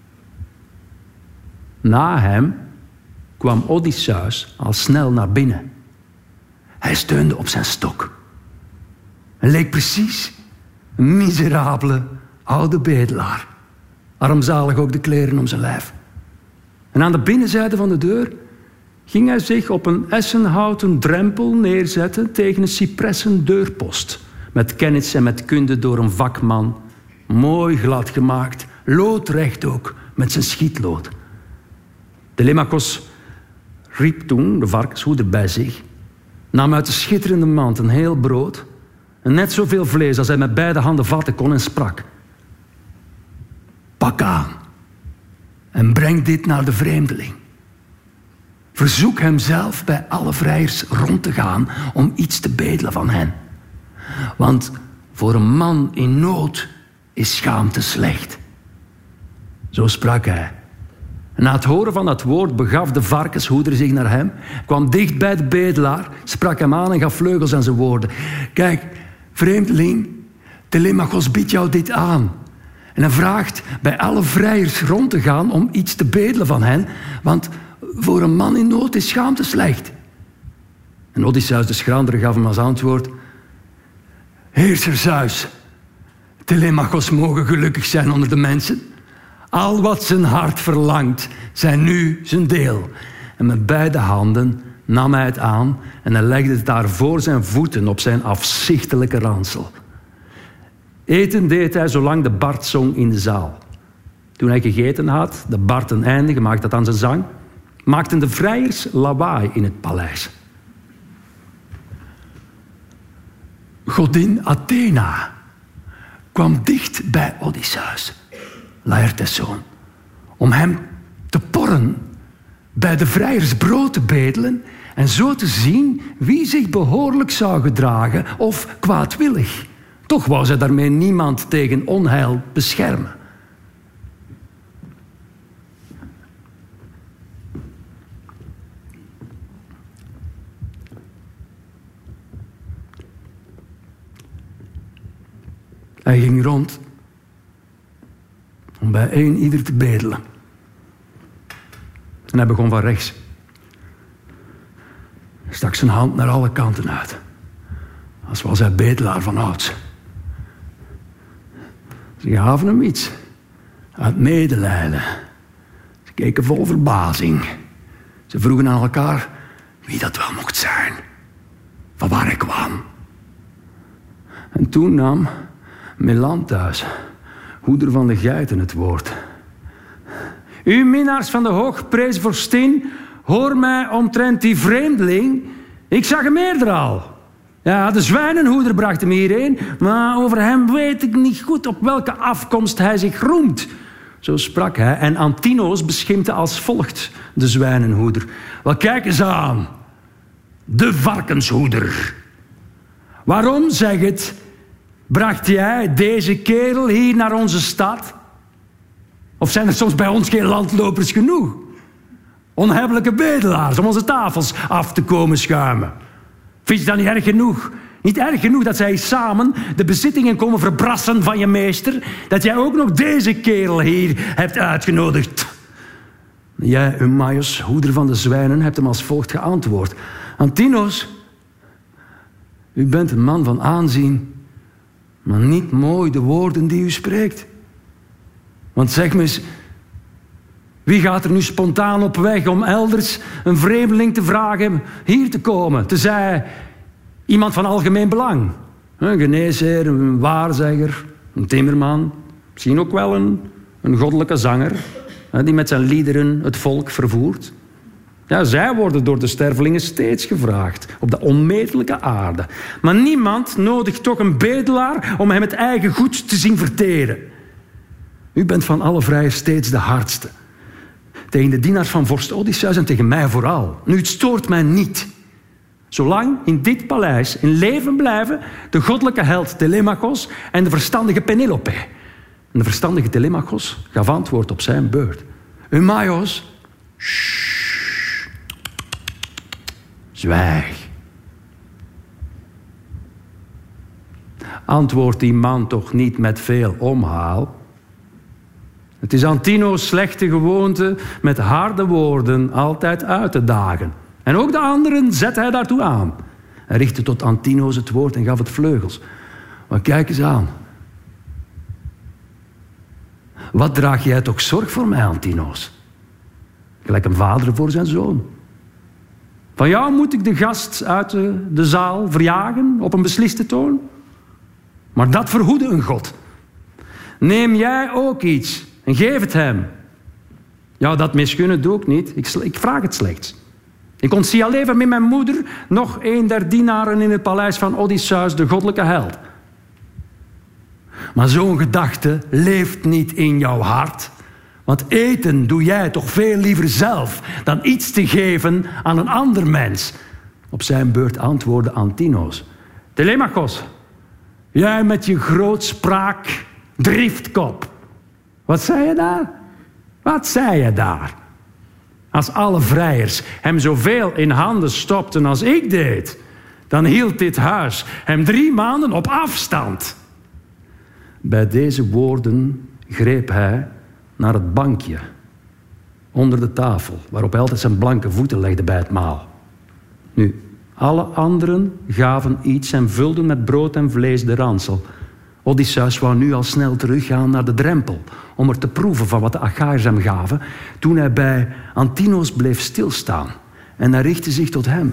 Na hem kwam Odysseus al snel naar binnen. Hij steunde op zijn stok en leek precies een miserabele oude bedelaar. Armzalig ook de kleren om zijn lijf. En aan de binnenzijde van de deur ging hij zich op een essenhouten drempel neerzetten tegen een cipressen deurpost. Met kennis en met kunde door een vakman. Mooi glad gemaakt, loodrecht ook, met zijn schietlood. Telemachos riep toen de varkenshoeder bij zich, nam uit de schitterende mand een heel brood en net zoveel vlees als hij met beide handen vatten kon en sprak. Pak aan en breng dit naar de vreemdeling. Verzoek hem zelf bij alle vrijers rond te gaan om iets te bedelen van hen. Want voor een man in nood is schaamte slecht. Zo sprak hij. En na het horen van dat woord begaf de varkenshoeder zich naar hem, kwam dicht bij de bedelaar, sprak hem aan en gaf vleugels aan zijn woorden. Kijk, vreemdeling, Telemachos biedt jou dit aan. En hij vraagt bij alle vrijers rond te gaan om iets te bedelen van hen, want voor een man in nood is schaamte slecht. En Odysseus de schrandere gaf hem als antwoord: Heerser Zeus, Telemachos mogen gelukkig zijn onder de mensen. Al wat zijn hart verlangt, zijn nu zijn deel. En met beide handen nam hij het aan en hij legde het daar voor zijn voeten op zijn afzichtelijke ransel. Eten deed hij zolang de bard zong in de zaal. Toen hij gegeten had, de bard een einde gemaakt had aan zijn zang, maakten de vrijers lawaai in het paleis. Godin Athena kwam dicht bij Odysseus, Laertes' zoon, om hem te porren, bij de vrijers brood te bedelen en zo te zien wie zich behoorlijk zou gedragen of kwaadwillig. Toch wou zij daarmee niemand tegen onheil beschermen. Hij ging rond om bij ieder te bedelen. En hij begon van rechts. Hij stak zijn hand naar alle kanten uit. Als was hij bedelaar van ouds. Ze gaven hem iets. Uit medelijden. Ze keken vol verbazing. Ze vroegen aan elkaar wie dat wel mocht zijn. Van waar hij kwam. En toen nam Melanthus, hoeder van de geiten, het woord. U minnaars van de hoogprezen vorstin, hoor mij omtrent die vreemdeling. Ik zag hem eerder al. Ja, de zwijnenhoeder bracht hem hierheen, maar over hem weet ik niet goed op welke afkomst hij zich roemt. Zo sprak hij en Antinoos beschimpte als volgt de zwijnenhoeder. Wel, kijk eens aan. De varkenshoeder. Waarom, zeg het, bracht jij deze kerel hier naar onze stad? Of zijn er soms bij ons geen landlopers genoeg? Onhebbelijke bedelaars om onze tafels af te komen schuimen. Vind je dat niet erg genoeg? Niet erg genoeg dat zij samen de bezittingen komen verbrassen van je meester? Dat jij ook nog deze kerel hier hebt uitgenodigd? Jij, Eumaeus, hoeder van de zwijnen, hebt hem als volgt geantwoord. Antinos, u bent een man van aanzien, maar niet mooi de woorden die u spreekt. Want zeg me eens, wie gaat er nu spontaan op weg om elders een vreemdeling te vragen hier te komen? Tenzij iemand van algemeen belang. Een geneesheer, een waarzegger, een timmerman. Misschien ook wel een goddelijke zanger die met zijn liederen het volk vervoert. Ja, zij worden door de stervelingen steeds gevraagd op de onmetelijke aarde. Maar niemand nodigt toch een bedelaar om hem het eigen goed te zien verteren. U bent van alle vrijers steeds de hardste. Tegen de dienaars van vorst Odysseus en tegen mij vooral. Nu, het stoort mij niet. Zolang in dit paleis in leven blijven de goddelijke held Telemachos en de verstandige Penelope. En de verstandige Telemachos gaf antwoord op zijn beurt. Eumaeus, zwijg. Antwoord die man toch niet met veel omhaal. Het is Antino's slechte gewoonte met harde woorden altijd uit te dagen. En ook de anderen zet hij daartoe aan. Hij richtte tot Antino's het woord en gaf het vleugels. Maar kijk eens aan. Wat draag jij toch zorg voor mij, Antino's? Gelijk een vader voor zijn zoon. Van jou moet ik de gast uit de zaal verjagen op een besliste toon. Maar dat verhoede een god. Neem jij ook iets en geef het hem. Ja, dat misgunnen doe ik niet. Ik vraag het slechts. Ik ontzie al even met mijn moeder nog een der dienaren in het paleis van Odysseus, de goddelijke held. Maar zo'n gedachte leeft niet in jouw hart. Want eten doe jij toch veel liever zelf dan iets te geven aan een ander mens. Op zijn beurt antwoordde Antino's. Telemachos, jij met je grootspraak driftkop. Wat zei je daar? Wat zei je daar? Als alle vrijers hem zoveel in handen stopten als ik deed, dan hield dit huis hem 3 maanden op afstand. Bij deze woorden greep hij naar het bankje onder de tafel, waarop hij altijd zijn blanke voeten legde bij het maal. Nu, alle anderen gaven iets en vulden met brood en vlees de ransel. Odysseus wou nu al snel teruggaan naar de drempel om er te proeven van wat de Achaïërs hem gaven, toen hij bij Antino's bleef stilstaan en hij richtte zich tot hem.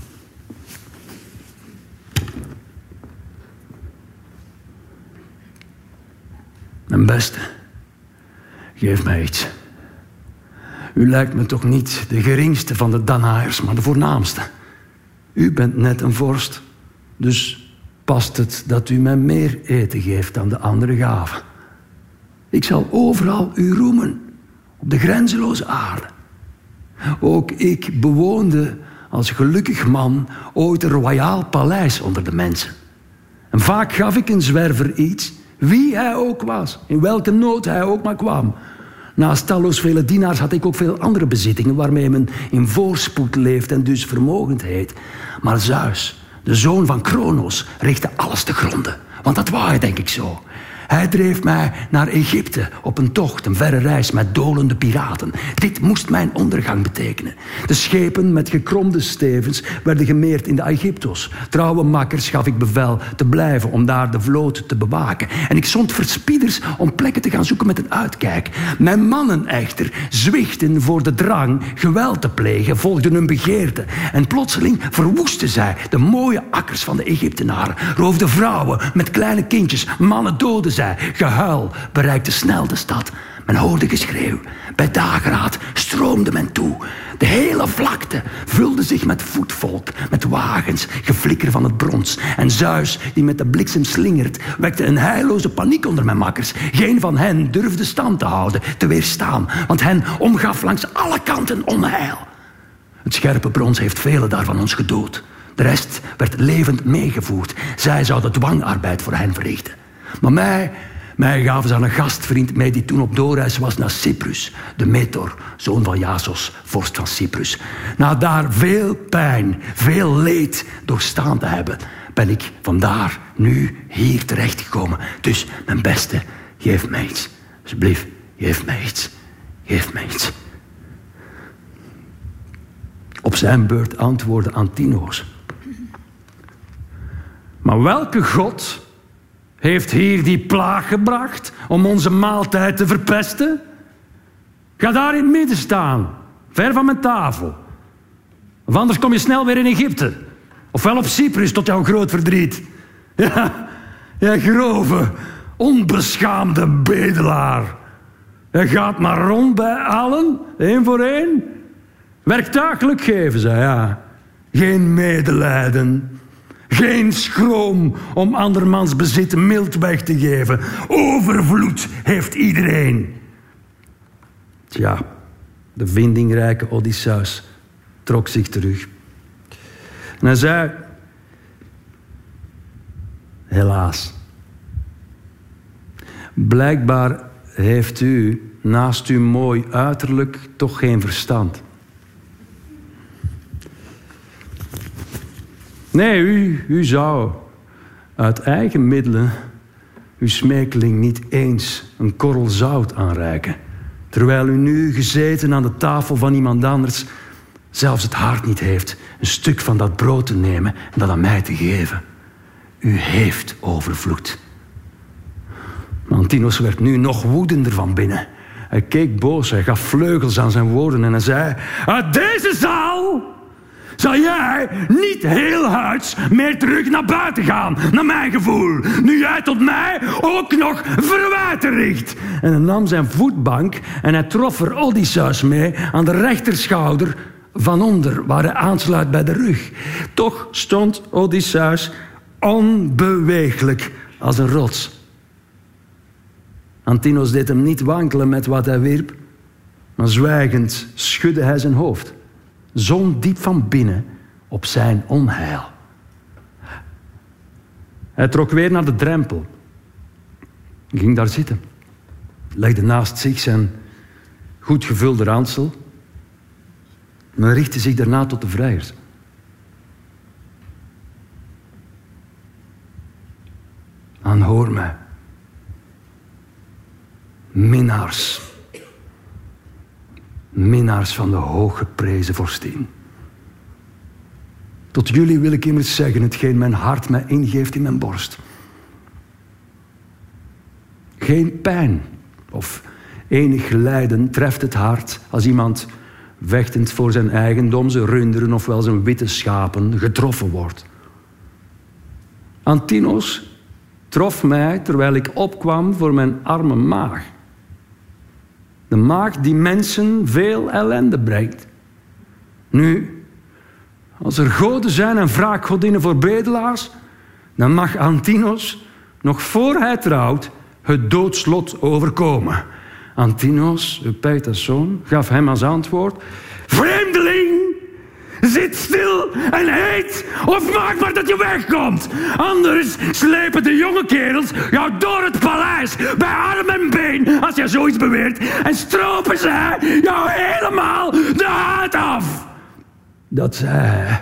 Mijn beste, geef mij iets. U lijkt me toch niet de geringste van de Danaërs, maar de voornaamste. U bent net een vorst, dus past het dat u mij meer eten geeft dan de anderen gaven. Ik zal overal u roemen, op de grenzeloze aarde. Ook ik bewoonde als gelukkig man ooit een royaal paleis onder de mensen. En vaak gaf ik een zwerver iets, wie hij ook was, in welke nood hij ook maar kwam. Naast talloos vele dienaars had ik ook veel andere bezittingen waarmee men in voorspoed leeft en dus vermogend heet. Maar Zeus, de zoon van Kronos, richtte alles te gronden. Want dat wou hij, denk ik zo. Hij dreef mij naar Egypte op een tocht, een verre reis met dolende piraten. Dit moest mijn ondergang betekenen. De schepen met gekromde stevens werden gemeerd in de Egyptos. Trouwe makkers gaf ik bevel te blijven om daar de vloot te bewaken. En ik zond verspieders om plekken te gaan zoeken met een uitkijk. Mijn mannen echter zwichten voor de drang geweld te plegen, volgden hun begeerte. En plotseling verwoestten zij de mooie akkers van de Egyptenaren. Roofden vrouwen met kleine kindjes, mannen doden zij. Gehuil bereikte snel de stad. Men hoorde geschreeuw. Bij dageraad stroomde men toe. De hele vlakte vulde zich met voetvolk, met wagens, geflikker van het brons. En Zeus, die met de bliksem slingert, wekte een heilloze paniek onder mijn makkers. Geen van hen durfde stand te houden, te weerstaan, want hen omgaf langs alle kanten onheil. Het scherpe brons heeft velen daarvan ons gedood. De rest werd levend meegevoerd. Zij zouden dwangarbeid voor hen verrichten. Maar Mij gaven ze aan een gastvriend mee die toen op doorreis was naar Cyprus. De Metor, zoon van Iasos, vorst van Cyprus. Na daar veel pijn, veel leed doorstaan te hebben, ben ik vandaar nu hier terechtgekomen. Dus mijn beste, geef mij iets. Alsjeblieft, geef mij iets. Geef mij iets. Op zijn beurt antwoordde Antinoos. Maar welke God heeft hier die plaag gebracht om onze maaltijd te verpesten? Ga daar in het midden staan, ver van mijn tafel. Of anders kom je snel weer in Egypte. Ofwel op Cyprus tot jouw groot verdriet. Ja, grove, onbeschaamde bedelaar. Je gaat maar rond bij allen, één voor één. Werktuigelijk geven ze, ja. Geen medelijden. Geen schroom om andermans bezit mild weg te geven. Overvloed heeft iedereen. Tja, de vindingrijke Odysseus trok zich terug. En hij zei... Helaas. Blijkbaar heeft u naast uw mooi uiterlijk toch geen verstand. Nee, u zou uit eigen middelen uw smeekeling niet eens een korrel zout aanreiken. Terwijl u nu, gezeten aan de tafel van iemand anders, zelfs het hart niet heeft een stuk van dat brood te nemen en dat aan mij te geven. U heeft overvloed. Maar Antinoos werd nu nog woedender van binnen. Hij keek boos, hij gaf vleugels aan zijn woorden en hij zei... Uit deze zaal zal jij niet heel huids meer terug naar buiten gaan, naar mijn gevoel. Nu jij tot mij ook nog verwijten richt. En hij nam zijn voetbank en hij trof er Odysseus mee aan de rechterschouder van onder, waar hij aansluit bij de rug. Toch stond Odysseus onbeweeglijk als een rots. Antinoos deed hem niet wankelen met wat hij wierp, maar zwijgend schudde hij zijn hoofd. Zon diep van binnen op zijn onheil. Hij trok weer naar de drempel. Ging daar zitten. Legde naast zich zijn goed gevulde ransel. En richtte zich daarna tot de vrijers. Aanhoor mij. Minnaars van de hooggeprezen vorstin. Tot jullie wil ik immers zeggen hetgeen mijn hart mij ingeeft in mijn borst. Geen pijn of enig lijden treft het hart als iemand vechtend voor zijn eigendom, zijn runderen ofwel zijn witte schapen, getroffen wordt. Antinoos trof mij terwijl ik opkwam voor mijn arme maag. De maag die mensen veel ellende brengt. Nu, als er goden zijn en wraakgodinnen voor bedelaars, dan mag Antinoos, nog voor hij trouwt, het doodslot overkomen. Antinoos, Eupeithes zoon, gaf hem als antwoord: Vreemdeling, zit stil en eet, of maak maar dat je wegkomt. Anders slepen de jonge kerels jou door het paleis, bij arm en been, als je zoiets beweert, en stropen ze jou helemaal de huid af. Dat zei hij.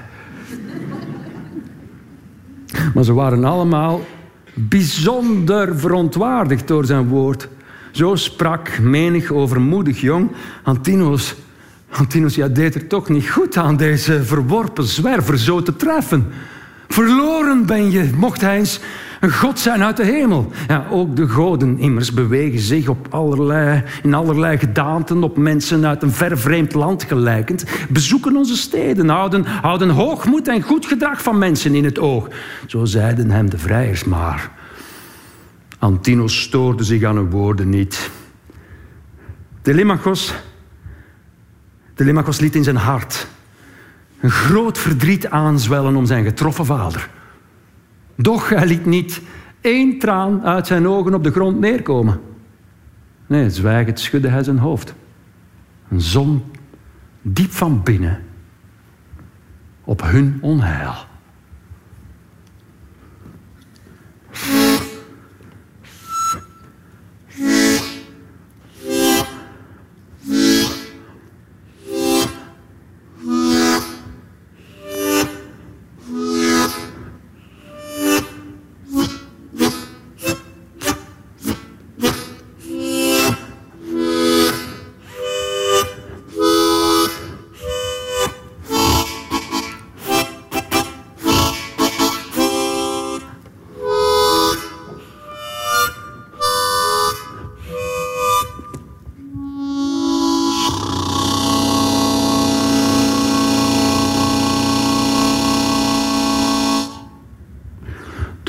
Maar ze waren allemaal bijzonder verontwaardigd door zijn woord. Zo sprak menig overmoedig jong. Antinoos, ja, deed er toch niet goed aan deze verworpen zwerver zo te treffen. Verloren ben je, mocht hij eens een god zijn uit de hemel. Ja, ook de goden immers bewegen zich in allerlei gedaanten op mensen uit een ver vreemd land gelijkend, bezoeken onze steden, houden hoogmoed en goed gedrag van mensen in het oog. Zo zeiden hem de vrijers maar. Antinoos stoorde zich aan hun woorden niet. Telemachos liet in zijn hart een groot verdriet aanzwellen om zijn getroffen vader. Doch hij liet niet één traan uit zijn ogen op de grond neerkomen. Nee, zwijgend schudde hij zijn hoofd. Een zon diep van binnen op hun onheil.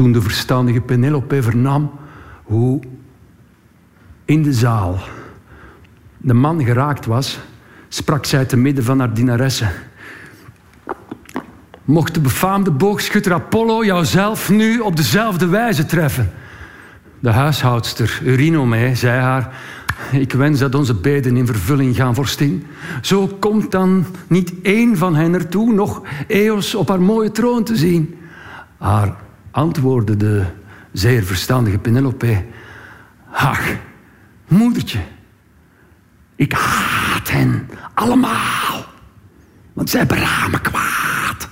Toen de verstandige Penelope vernam hoe in de zaal de man geraakt was, sprak zij te midden van haar dienaressen. Mocht de befaamde boogschutter Apollo jouzelf nu op dezelfde wijze treffen. De huishoudster Eurynome zei haar: ik wens dat onze beden in vervulling gaan, vorstin. Zo komt dan niet één van hen ertoe nog Eos op haar mooie troon te zien. Haar antwoordde de zeer verstandige Penelope: ach, moedertje, ik haat hen allemaal, want zij beramen kwaad.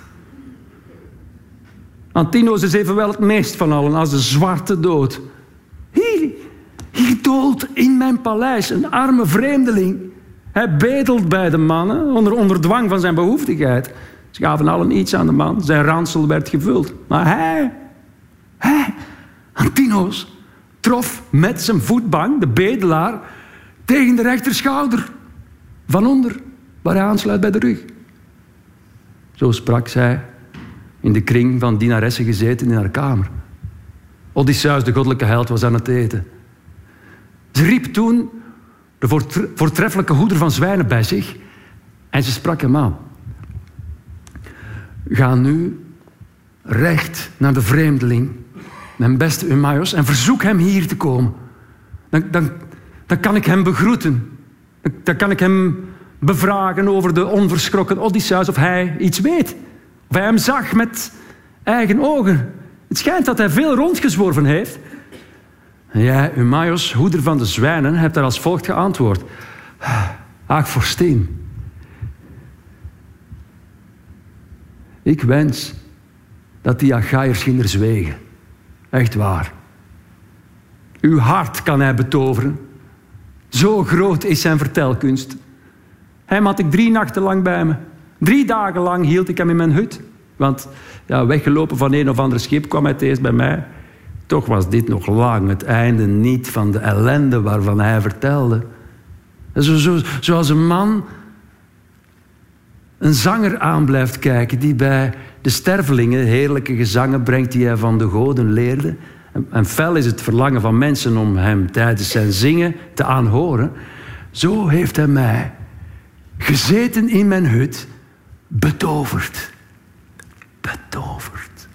Antinous is evenwel het meest van allen als de zwarte dood. Hier doolt in mijn paleis een arme vreemdeling. Hij bedelt bij de mannen onder dwang van zijn behoeftigheid. Ze gaven allen iets aan de man. Zijn ransel werd gevuld. Maar hij, Antinous, trof met zijn voetbank de bedelaar tegen de rechterschouder. Van onder, waar hij aansluit bij de rug. Zo sprak zij, in de kring van dienaressen gezeten in haar kamer. Odysseus, de goddelijke held, was aan het eten. Ze riep toen de voortreffelijke hoeder van zwijnen bij zich en ze sprak hem aan. Ga nu recht naar de vreemdeling, mijn beste Eumaios, en verzoek hem hier te komen. Dan kan ik hem begroeten. Dan kan ik hem bevragen over de onverschrokken Odysseus of hij iets weet. Of hij hem zag met eigen ogen. Het schijnt dat hij veel rondgezworven heeft. En jij, Eumaios, hoeder van de zwijnen, hebt daar als volgt geantwoord. Ach, vorstin. Ik wens dat die Achaïërs ginder zwegen. Echt waar. Uw hart kan hij betoveren. Zo groot is zijn vertelkunst. Hem had ik 3 nachten lang bij me. 3 dagen lang hield ik hem in mijn hut. Want weggelopen van een of ander schip kwam hij het eerst bij mij. Toch was dit nog lang het einde niet van de ellende waarvan hij vertelde. Zoals een man een zanger aan blijft kijken die bij de stervelingen heerlijke gezangen brengt die hij van de goden leerde. En fel is het verlangen van mensen om hem tijdens zijn zingen te aanhoren. Zo heeft hij mij, gezeten in mijn hut, betoverd. Betoverd.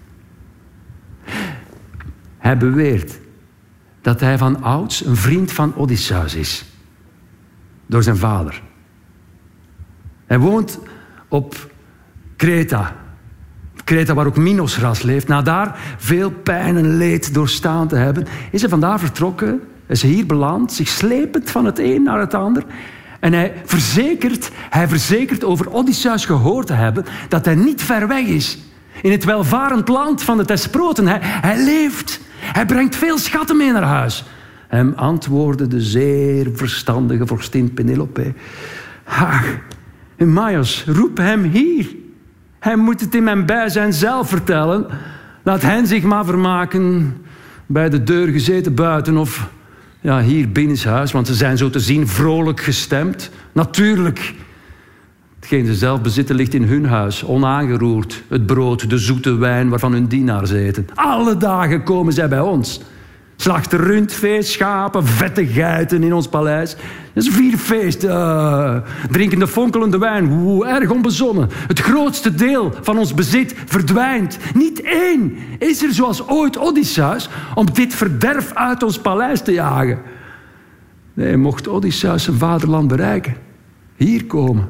Hij beweert dat hij van ouds een vriend van Odysseus is. Door zijn vader. Hij woont op Kreta. Kreta waar ook Minos leeft. Na daar veel pijn en leed doorstaan te hebben, is hij vandaar vertrokken. Is hier beland, zich slepend van het een naar het ander. En hij verzekert over Odysseus gehoord te hebben dat hij niet ver weg is. In het welvarend land van de Thesproten. Hij leeft. Hij brengt veel schatten mee naar huis. Hem antwoordde de zeer verstandige vorstin Penelope. Ach, Eumaios, roep hem hier. Hij moet het in mijn bijzijn zelf vertellen. Laat hen zich maar vermaken bij de deur gezeten buiten of hier binnenshuis, want ze zijn zo te zien vrolijk gestemd. Natuurlijk. Hetgeen ze zelf bezitten ligt in hun huis, onaangeroerd. Het brood, de zoete wijn waarvan hun dienaars eten. Alle dagen komen zij bij ons. Slachten rundvee, schapen, vette geiten in ons paleis. Dat is 4 feest. Drinken de fonkelende wijn, erg onbezonnen. Het grootste deel van ons bezit verdwijnt. Niet één is er zoals ooit Odysseus om dit verderf uit ons paleis te jagen. Nee, mocht Odysseus zijn vaderland bereiken, hier komen.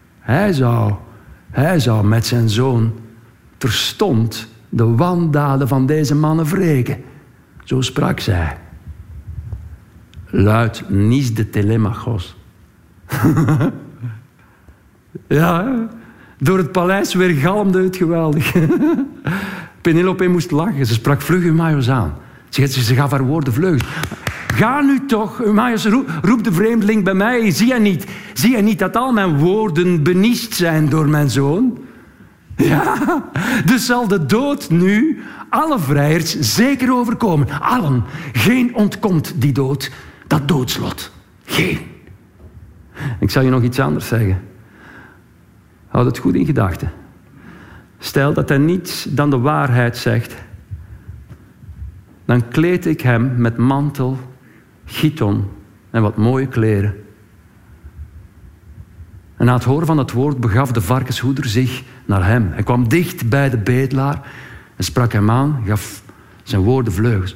Hij zou met zijn zoon terstond de wandaden van deze mannen wreken. Zo sprak zij. Luid niesde Telemachos. Ja, door het paleis weergalmde het geweldig. Penelope moest lachen. Ze sprak vlug Eumaios aan. Ze gaf haar woorden vleugel. Ga nu toch, Eumaios, roep de vreemdeling bij mij. Zie je niet dat al mijn woorden beniest zijn door mijn zoon? Ja, dus zal de dood nu alle vrijers zeker overkomen. Allen. Geen ontkomt die dood. Dat doodslot. Geen. Ik zal je nog iets anders zeggen. Houd het goed in gedachten. Stel dat hij niets dan de waarheid zegt. dan kleed ik hem met mantel, chiton en wat mooie kleren. En na het horen van het woord begaf de varkenshoeder zich naar hem. Hij kwam dicht bij de bedelaar en sprak hem aan, gaf zijn woorden vleugels.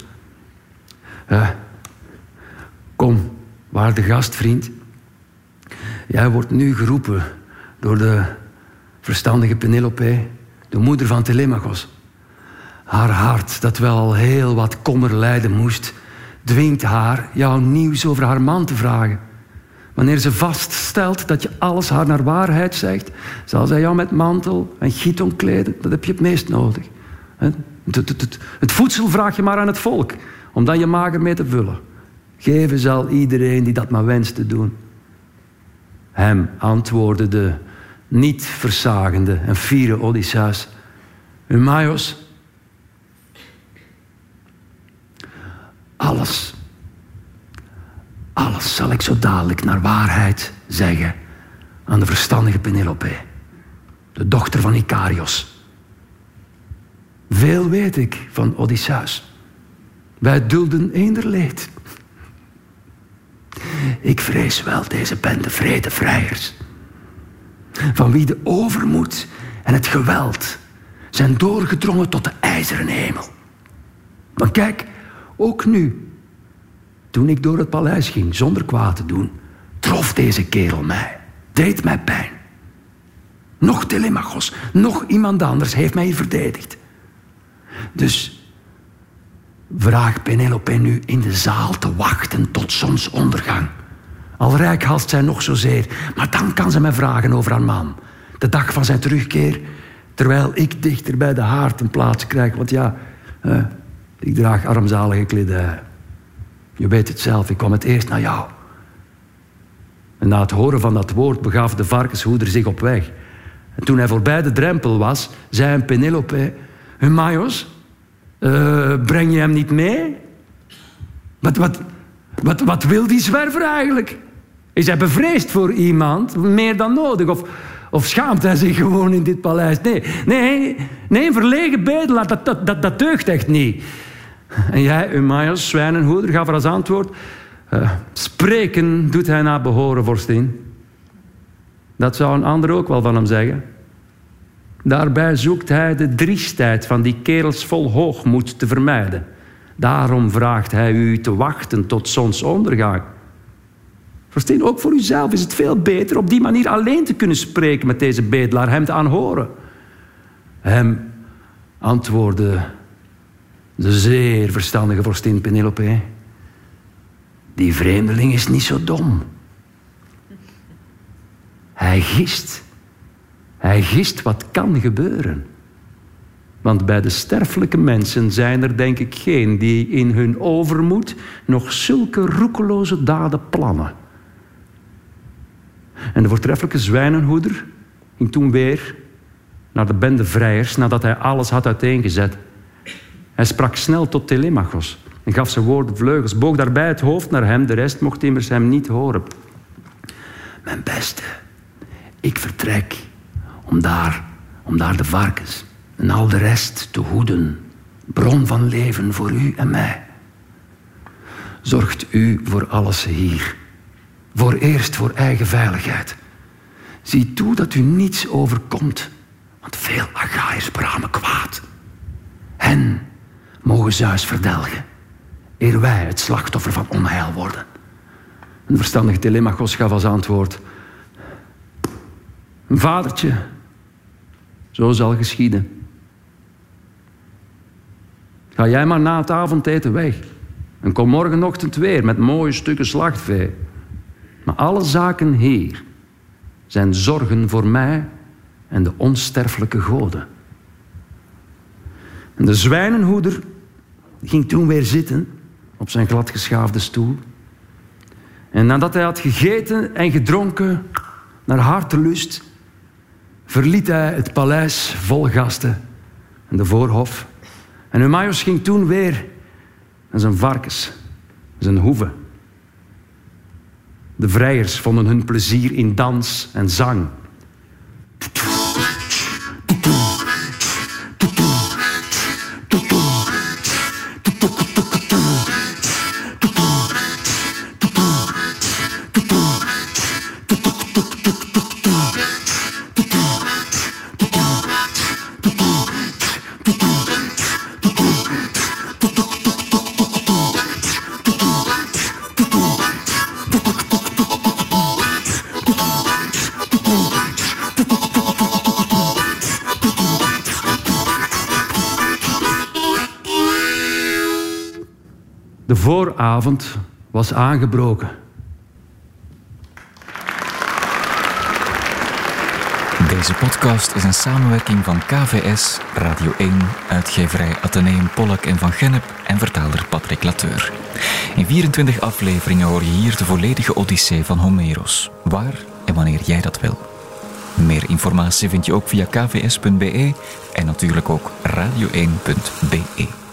Kom, waarde gastvriend. Jij wordt nu geroepen door de verstandige Penelope, de moeder van Telemachos. Haar hart, dat wel al heel wat kommer lijden moest, dwingt haar jou nieuws over haar man te vragen. Wanneer ze vaststelt dat je alles haar naar waarheid zegt, zal zij jou met mantel en chiton kleden. Dat heb je het meest nodig. Het voedsel vraag je maar aan het volk, om dan je maag ermee te vullen. Geven zal iedereen die dat maar wenst te doen. Hem antwoordde de niet verzagende en fiere Odysseus. Humaios, alles zal ik zo dadelijk naar waarheid zeggen aan de verstandige Penelope, de dochter van Ikarios. Veel weet ik van Odysseus. Wij dulden eender leed. Ik vrees wel deze bende vrede vrijers, van wie de overmoed en het geweld zijn doorgedrongen tot de ijzeren hemel. Want kijk, ook nu, toen ik door het paleis ging zonder kwaad te doen, trof deze kerel mij, deed mij pijn. Nog Telemachos, nog iemand anders heeft mij hier verdedigd. Dus vraag Penelope nu in de zaal te wachten tot zonsondergang. Al reikhalst zij nog zozeer, maar dan kan ze mij vragen over haar man. De dag van zijn terugkeer, terwijl ik dichter bij de haard een plaats krijg. Want ja, ik draag armzalige kledij. Je weet het zelf, ik kwam het eerst naar jou. En na het horen van dat woord begaf de varkenshoeder zich op weg. En toen hij voorbij de drempel was, zei hem Penelope: Humaios, breng je hem niet mee? Wat wil die zwerver eigenlijk? Is hij bevreesd voor iemand, meer dan nodig? Of schaamt hij zich gewoon in dit paleis? Nee, een verlegen bedelaar, dat deugt echt niet. En jij, Humaios, zwijnenhoeder, gaf er als antwoord: spreken doet hij naar behoren, vorstin. Dat zou een ander ook wel van hem zeggen. Daarbij zoekt hij de driestheid van die kerels vol hoogmoed te vermijden. Daarom vraagt hij u te wachten tot zonsondergang. Verstaan, ook voor uzelf is het veel beter op die manier alleen te kunnen spreken met deze bedelaar, hem te aanhoren. Hem antwoordde de zeer verstandige vorstin Penelope: die vreemdeling is niet zo dom. Hij gist wat kan gebeuren. Want bij de sterfelijke mensen zijn er, denk ik, geen die in hun overmoed nog zulke roekeloze daden plannen. En de voortreffelijke zwijnenhoeder ging toen weer naar de bende vrijers nadat hij alles had uiteengezet. Hij sprak snel tot Telemachos en gaf zijn woorden vleugels, boog daarbij het hoofd naar hem, de rest mocht immers hem niet horen. Mijn beste, ik vertrek om daar de varkens en al de rest te hoeden, bron van leven voor u en mij. Zorgt u voor alles hier, vooreerst voor eigen veiligheid. Zie toe dat u niets overkomt, want veel Achaïërs bramen kwaad. Hen mogen Zeus verdelgen, eer wij het slachtoffer van onheil worden. Een verstandige Telemachos gaf als antwoord: vadertje, zo zal geschieden. Ga jij maar na het avondeten weg en kom morgenochtend weer met mooie stukken slachtvee. Maar alle zaken hier zijn zorgen voor mij en de onsterfelijke goden. En de zwijnenhoeder ging toen weer zitten op zijn gladgeschaafde stoel. En nadat hij had gegeten en gedronken naar hartelust, verliet hij het paleis vol gasten en de voorhof. En Humaios ging toen weer naar zijn varkens, zijn hoeve. De vrijers vonden hun plezier in dans en zang. De vooravond was aangebroken. Deze podcast is een samenwerking van KVS, Radio 1, uitgeverij Atheneum Pollack en Van Gennep en vertaler Patrick Lateur. In 24 afleveringen hoor je hier de volledige Odyssee van Homeros, waar en wanneer jij dat wil. Meer informatie vind je ook via kvs.be en natuurlijk ook radio1.be.